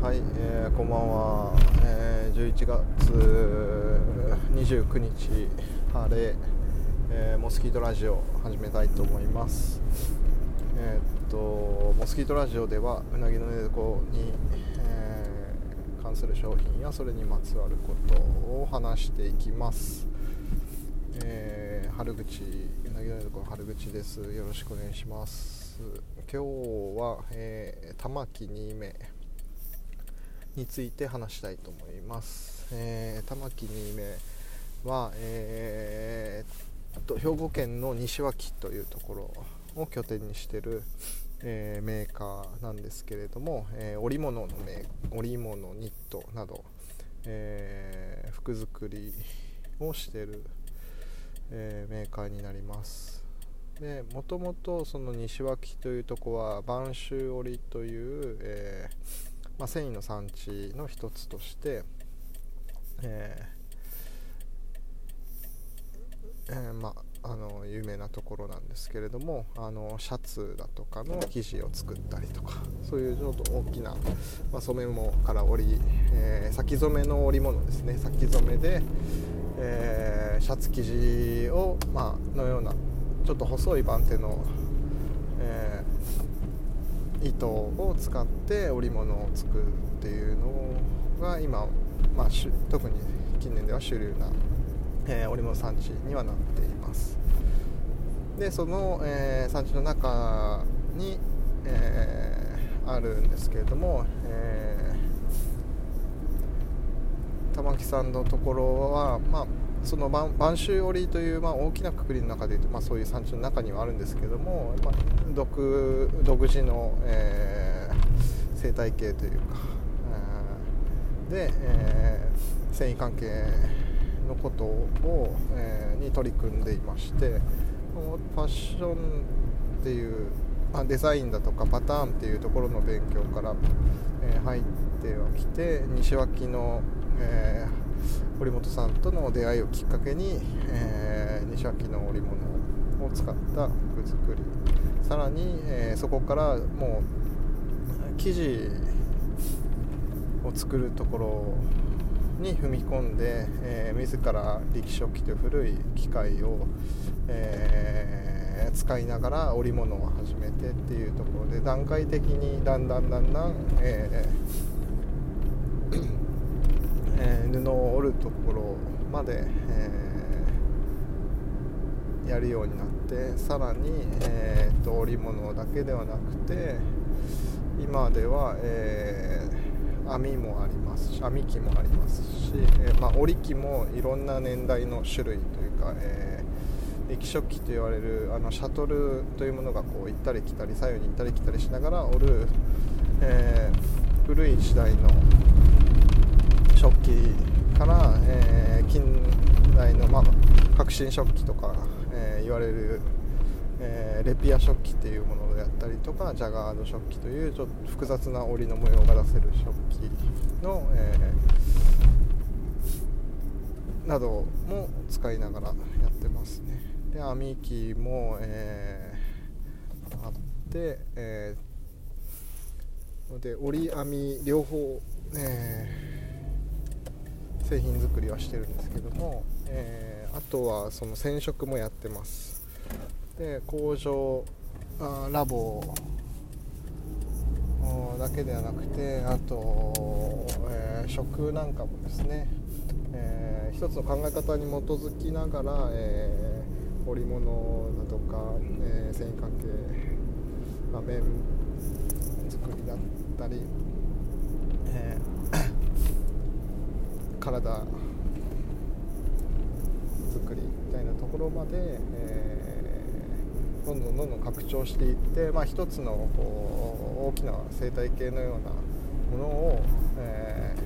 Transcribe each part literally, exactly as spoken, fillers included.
はい、えー、こんばんは、えー、じゅういちがつにじゅうくにち晴れ、えー、モスキートラジオ始めたいと思います。えー、っとモスキートラジオではうなぎの寝床に、えー、関する商品やそれにまつわることを話していきます。えー、春口うなぎの寝床の春口です。よろしくお願いします。今日は、えー、玉木にめについて話したいと思います。えー、玉木にめは、えー、と兵庫県の西脇というところを拠点にしている、えー、メーカーなんですけれども、えー、織物のメ織物ニットなど、えー、服作りをしている、えー、メーカーになります。で、もともとその西脇というところは播州織という、えーまあ、繊維の産地の一つとして、えーえーまあ、あの有名なところなんですけれども、あのシャツだとかの生地を作ったりとか、そういうちょっと大きな、まあ、染め物から織り、えー、先染めの織物ですね、先染めで、えー、シャツ生地を、まあのようなちょっと細い番手の、えー糸を使って織物を作るっていうのが今、まあ、特に近年では主流な、えー、織物産地にはなっています。でその、えー、産地の中に、えー、あるんですけれども、えー、玉木さんのところは、まあその播州織という、まあ、大きな括りの中でいうと、まあ、そういう産地の中にはあるんですけども、まあ、独, 独自の、えー、生態系というか、えー、で、えー、繊維関係のことを、えー、に取り組んでいまして、ファッションっていう、まあ、デザインだとかパターンっていうところの勉強から、えー、入ってはきて、西脇の、えー堀本さんとの出会いをきっかけに、えー、西脇の織物を使った服作り、さらに、えー、そこからもう生地を作るところに踏み込んで、えー、自ら力食機という古い機械を、えー、使いながら織物を始めてっていうところで、段階的にだんだんだんだん、えーえー、布を織るところまで、えー、やるようになって、さらに、えー、と織物だけではなくて、今では、えー、編みもありますし、編み機もありますし、えーまあ、織り機もいろんな年代の種類というか、えー、力食機と言われるあのシャトルというものがこう行ったり来たり左右に行ったり来たりしながら織る、えー、古い時代の食器から、えー、近代の、まあ、革新食器とか、えー、言われる、えー、レピア食器っていうものであったりとか、ジャガード食器というちょっと複雑な織りの模様が出せる食器の、えー、なども使いながらやってますね。で編み機も、えー、あって、えー、で織り編み両方、えー製品作りはしてるんですけども、えー、あとはその染色もやってます。で工場あラボだけではなくて、あと、えー、食なんかもですね、えー、一つの考え方に基づきながら、えー、織物だとか、えー、繊維関係、まあ、綿作りだったり、えー体作りみたいなところまで、えー、どんどんどんどん拡張していって、まあ、一つのこう大きな生態系のようなものを、え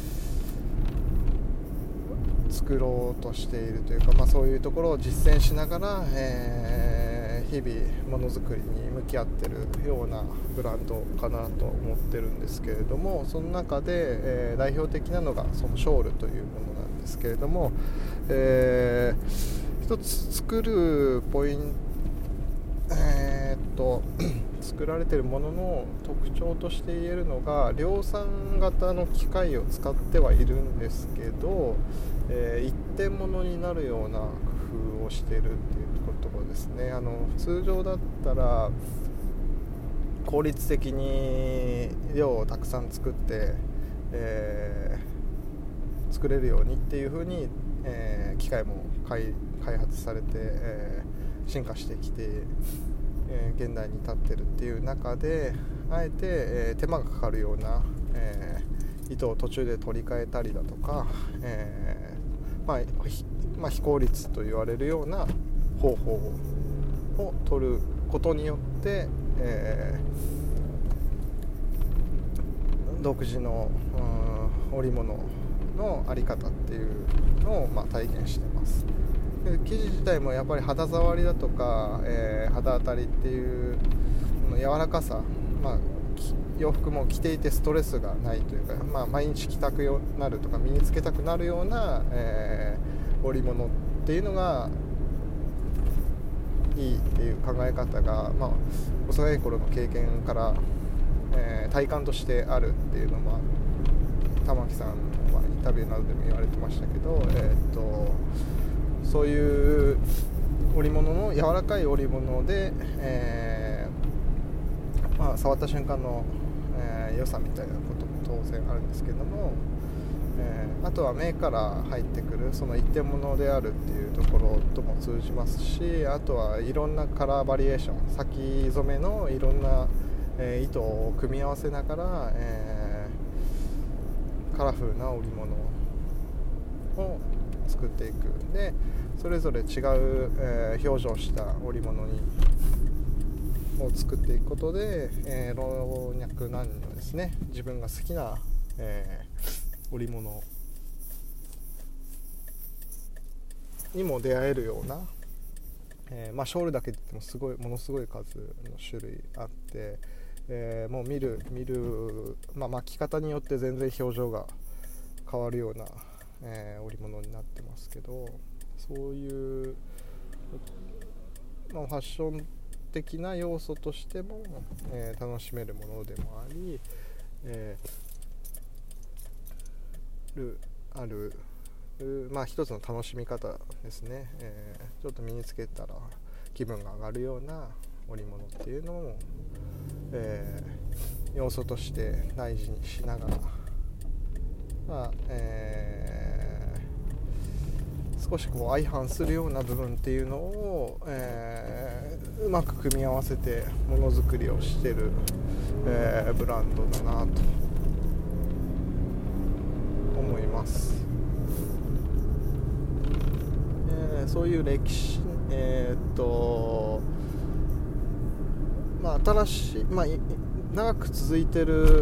ー、作ろうとしているというか、まあ、そういうところを実践しながら、えー、日々ものづくりに向き合ってるようなブランドかなと思ってるんですけれども、その中で、えー、代表的なのがそのショールというものなんですけれども、えー、一つ作るポイント、えー、っと作られているものの特徴として言えるのが、量産型の機械を使ってはいるんですけど、えー、一点物になるような工夫をしているっていうところですね。あの通常だったら効率的に量をたくさん作って、えー、作れるようにっていう風に、えー、機械も開, 開発されて、えー、進化してきて、えー、現代に至ってるっていう中で、あえて、えー、手間がかかるような、えー、糸を途中で取り替えたりだとか、えーまあまあ、非効率と言われるような方法を取ることによって、えー、独自の、うん、織物のあり方っていうのを、まあ、体現してます。で生地自体もやっぱり肌触りだとか、えー、肌当たりっていう柔らかさ、まあ、洋服も着ていてストレスがないというか、まあ、毎日着たくなるとか身につけたくなるような、えー、織物っていうのがいいっていう考え方が、まあ、幼い頃の経験から、えー、体感としてあるっていうのも玉木さんはインタビューなどでも言われてましたけど、えー、っとそういう織物の柔らかい織物で、えーまあ、触った瞬間の、えー、良さみたいなことも当然あるんですけども、えー、あとは目から入ってくるその一点物であるっていうところとも通じますし、あとはいろんなカラーバリエーション、先染めのいろんな、えー、糸を組み合わせながら、えー、カラフルな織物を作っていく。でそれぞれ違う、えー、表情した織物にを作っていくことで、えー、老若男女ですね、自分が好きな、えー、織物にも出会えるような、えーまあ、ショールだけで言ってもすごいものすごい数の種類あって、えー、もう見る見る、まあ、巻き方によって全然表情が変わるような、えー、織物になってますけど、そういう、まあ、ファッション的な要素としても、えー、楽しめるものでもあり、えー、るあるまあ一つの楽しみ方ですね、えー、ちょっと身につけたら気分が上がるような織物っていうのも、えー、要素として大事にしながら、まあえー、少しこう相反するような部分っていうのを、えー、うまく組み合わせてものづくりをしてる、えー、ブランドだなと思います。そういう歴史、えーっとまあ、新しい、まあ、長く続いてる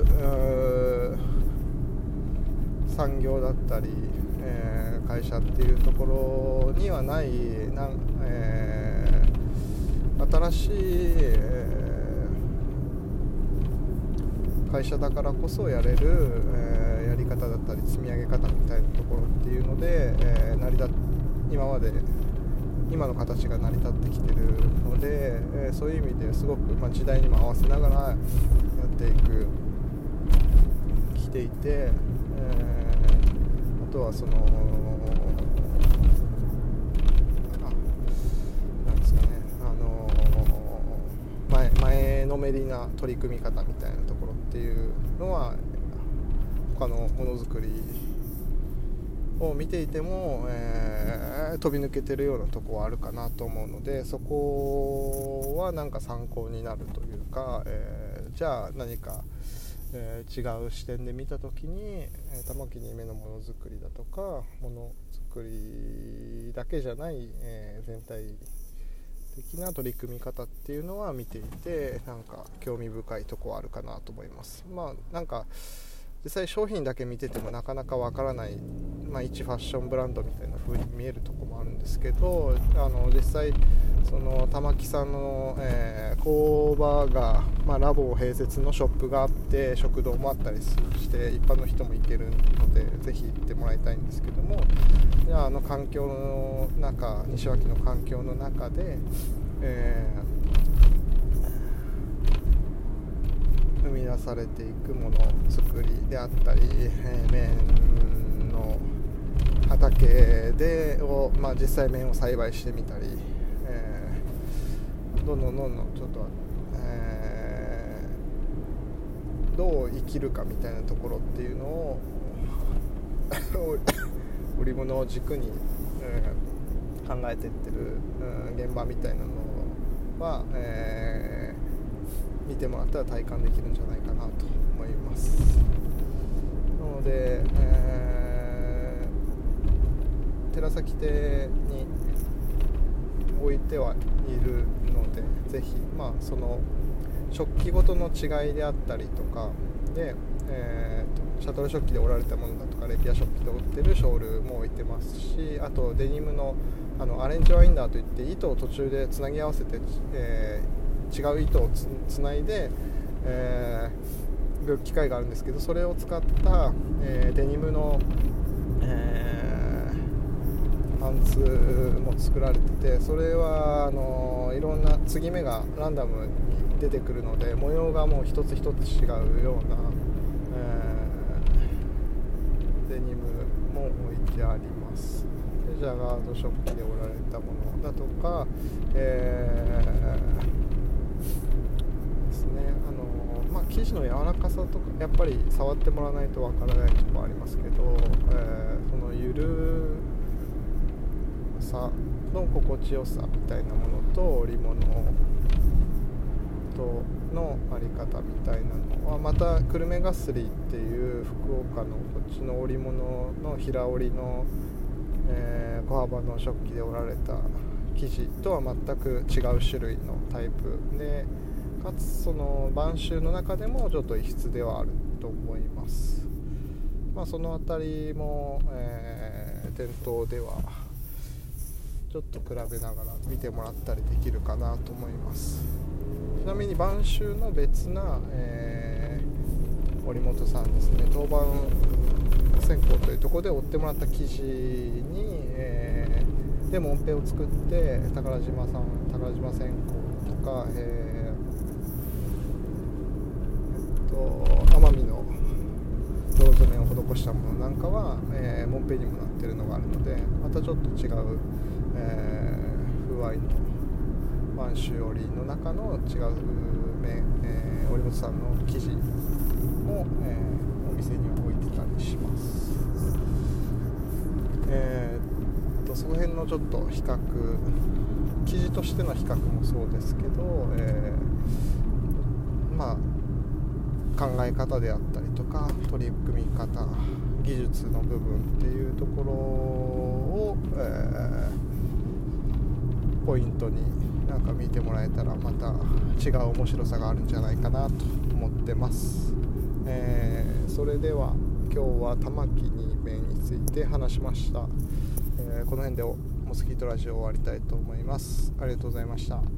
産業だったり、えー、会社っていうところにはないなん、えー、新しい、えー、会社だからこそやれる、えー、やり方だったり積み上げ方みたいなところっていうので、えー、成り立って今まで今の形が成り立ってきてるので、えー、そういう意味ですごく、まあ、時代にも合わせながらやっていくきていて、えー、あとはそのあなんですかね、あの前前のめりな取り組み方みたいなところっていうのは他のものづくりを見ていても、えー、飛び抜けてるようなところはあるかなと思うので、そこはなんか参考になるというか、えー、じゃあ何か、えー、違う視点で見た時に、えー、玉木に目のものづくりだとかものづくりだけじゃない、えー、全体的な取り組み方っていうのは見ていてなんか興味深いところはあるかなと思います。まあなんか実際商品だけ見ててもなかなかわからない、まあ、一ファッションブランドみたいな風に見えるところもあるんですけど、あの実際その玉木さんの、えー、工場が、まあ、ラボ併設のショップがあって食堂もあったりして一般の人も行けるのでぜひ行ってもらいたいんですけども、じゃあ、あの環境の中西脇の環境の中で、えー生み出されていくものづくりであったり、えー、麺の畑でを、まあ、実際麺を栽培してみたり、えー、どんどんどんどんちょっと、えー、どう生きるかみたいなところっていうのを売り物を軸に、えー、考えていってる、うん、現場みたいなのは、えー、見てもらったら体感できるんじゃないかなと思います。なので、えー、寺崎邸に置いてはいるので、ぜひ、まあ、その食器ごとの違いであったりとかで、えー、とシャトル食器で織られたものだとかレピア食器で織ってるショールも置いてますし、あとデニムの、あのアレンジワインダーといって糸を途中でつなぎ合わせて、えー、違う糸を つ, つないで、えー、る機械があるんですけど、それを使った、えー、デニムの、えー、パンツも作られてて、それはあのいろんな継ぎ目がランダムに出てくるので、模様がもう一つ一つ違うような、えー、デニムも置いてあります。でジャガード食器で織られたものだとか、えー、ですね、あのまあ、生地の柔らかさとかやっぱり触ってもらわないとわからないところありますけど、えー、そのゆるさの心地よさみたいなものと織物とのあり方みたいなのは、また久留米がっすりっていう福岡のこっちの織物の平織りの、えー、小幅の食器で織られた生地とは全く違う種類のタイプで、かつその播州の中でもちょっと異質ではあると思います。まあ、そのあたりも、えー、店頭ではちょっと比べながら見てもらったりできるかなと思います。ちなみに播州の別な、えー、織本さんですね、当番線香というところで織ってもらった生地に、えー、でもんぺを作って宝島さん宝島線香とか、えー、えっと奄美の泥染めを施したものなんかは、えー、もんぺにもなってるのがあるので、またちょっと違う、えー、風合いの播州織の中の違う面、えー、織本さんの生地も、えー、お店には置いてたりします。えー、っとその辺のちょっと比較、生地としての比較もそうですけど、えー、まあ考え方であったりとか取り組み方、技術の部分っていうところを、えー、ポイントになんか見てもらえたらまた違う面白さがあるんじゃないかなと思ってます。えー、それでは今日は玉木に弁について話しました。えー、この辺でモスキートラジオを終わりたいと思います。ありがとうございました。